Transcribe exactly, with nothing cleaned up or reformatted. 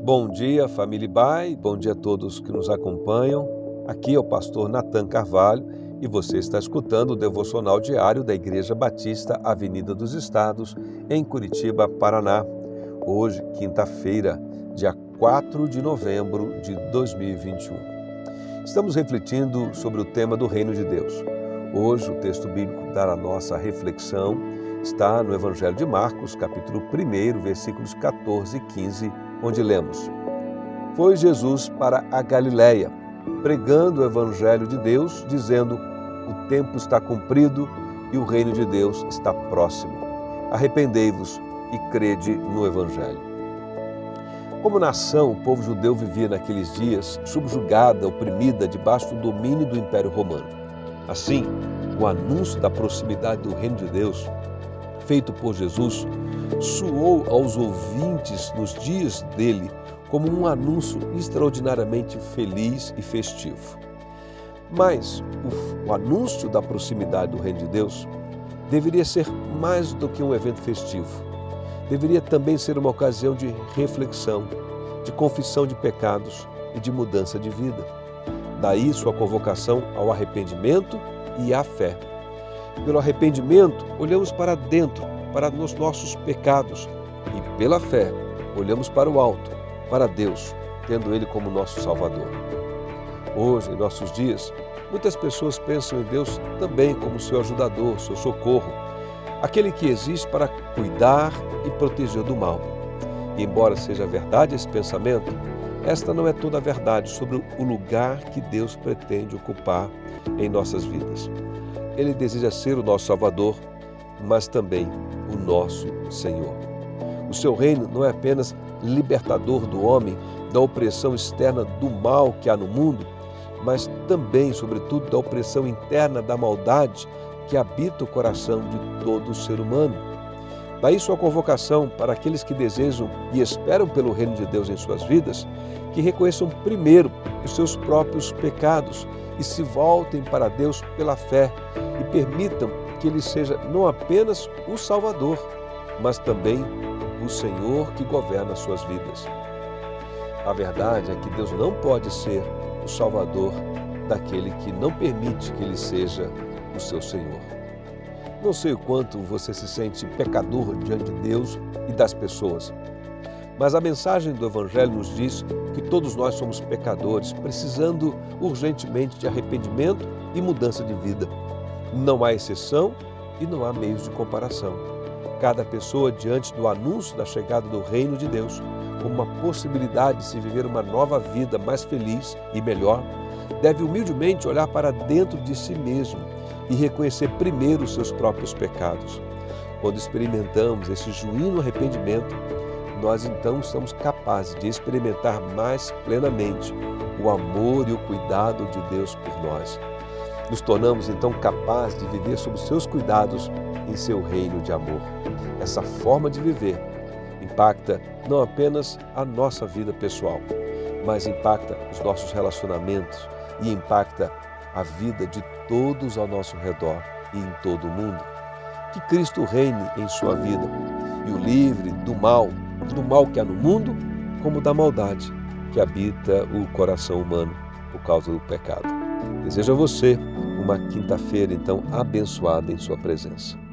Bom dia, família Bai, bom dia a todos que nos acompanham. Aqui é o pastor Natan Carvalho e você está escutando o devocional diário da Igreja Batista Avenida dos Estados, em Curitiba, Paraná. Hoje, quinta-feira, dia quatro de novembro de dois mil e vinte e um. Estamos refletindo sobre o tema do Reino de Deus. Hoje, o texto bíblico da nossa reflexão está no Evangelho de Marcos, capítulo um, versículos quatorze e quinze, onde lemos: Foi Jesus para a Galiléia, pregando o Evangelho de Deus, dizendo: O tempo está cumprido e o reino de Deus está próximo. Arrependei-vos e crede no Evangelho. Como nação, o povo judeu vivia naqueles dias subjugada, oprimida, debaixo do domínio do Império Romano. Assim, o anúncio da proximidade do reino de Deus, feito por Jesus, soou aos ouvintes nos dias dele como um anúncio extraordinariamente feliz e festivo. Mas o, o anúncio da proximidade do reino de Deus deveria ser mais do que um evento festivo. Deveria também ser uma ocasião de reflexão, de confissão de pecados e de mudança de vida. Daí sua convocação ao arrependimento e à fé. Pelo arrependimento, olhamos para dentro, para os nossos pecados, e pela fé, olhamos para o alto, para Deus, tendo Ele como nosso Salvador. Hoje, em nossos dias, muitas pessoas pensam em Deus também como seu ajudador, seu socorro, aquele que existe para cuidar e proteger do mal. E embora seja verdade esse pensamento, esta não é toda a verdade sobre o lugar que Deus pretende ocupar em nossas vidas. Ele deseja ser o nosso Salvador, mas também o nosso Senhor. O seu reino não é apenas libertador do homem da opressão externa do mal que há no mundo, mas também, sobretudo, da opressão interna da maldade que habita o coração de todo ser humano. Daí sua convocação para aqueles que desejam e esperam pelo reino de Deus em suas vidas, que reconheçam primeiro os seus próprios pecados e se voltem para Deus pela fé e permitam que Ele seja não apenas o Salvador, mas também o Senhor que governa suas vidas. A verdade é que Deus não pode ser o Salvador daquele que não permite que Ele seja o seu Senhor. Não sei o quanto você se sente pecador diante de Deus e das pessoas, mas a mensagem do Evangelho nos diz que todos nós somos pecadores, precisando urgentemente de arrependimento e mudança de vida. Não há exceção e não há meios de comparação. Cada pessoa, diante do anúncio da chegada do reino de Deus, como uma possibilidade de se viver uma nova vida mais feliz e melhor, deve humildemente olhar para dentro de si mesmo e reconhecer primeiro os seus próprios pecados. Quando experimentamos esse genuíno arrependimento, nós então somos capazes de experimentar mais plenamente o amor e o cuidado de Deus por nós. Nos tornamos então capazes de viver sob os seus cuidados em seu reino de amor. Essa forma de viver impacta não apenas a nossa vida pessoal, mas impacta os nossos relacionamentos e impacta a vida de todos ao nosso redor e em todo o mundo. Que Cristo reine em sua vida e o livre do mal, do mal que há no mundo, como da maldade que habita o coração humano por causa do pecado. Desejo a você uma quinta-feira, então, abençoada em sua presença.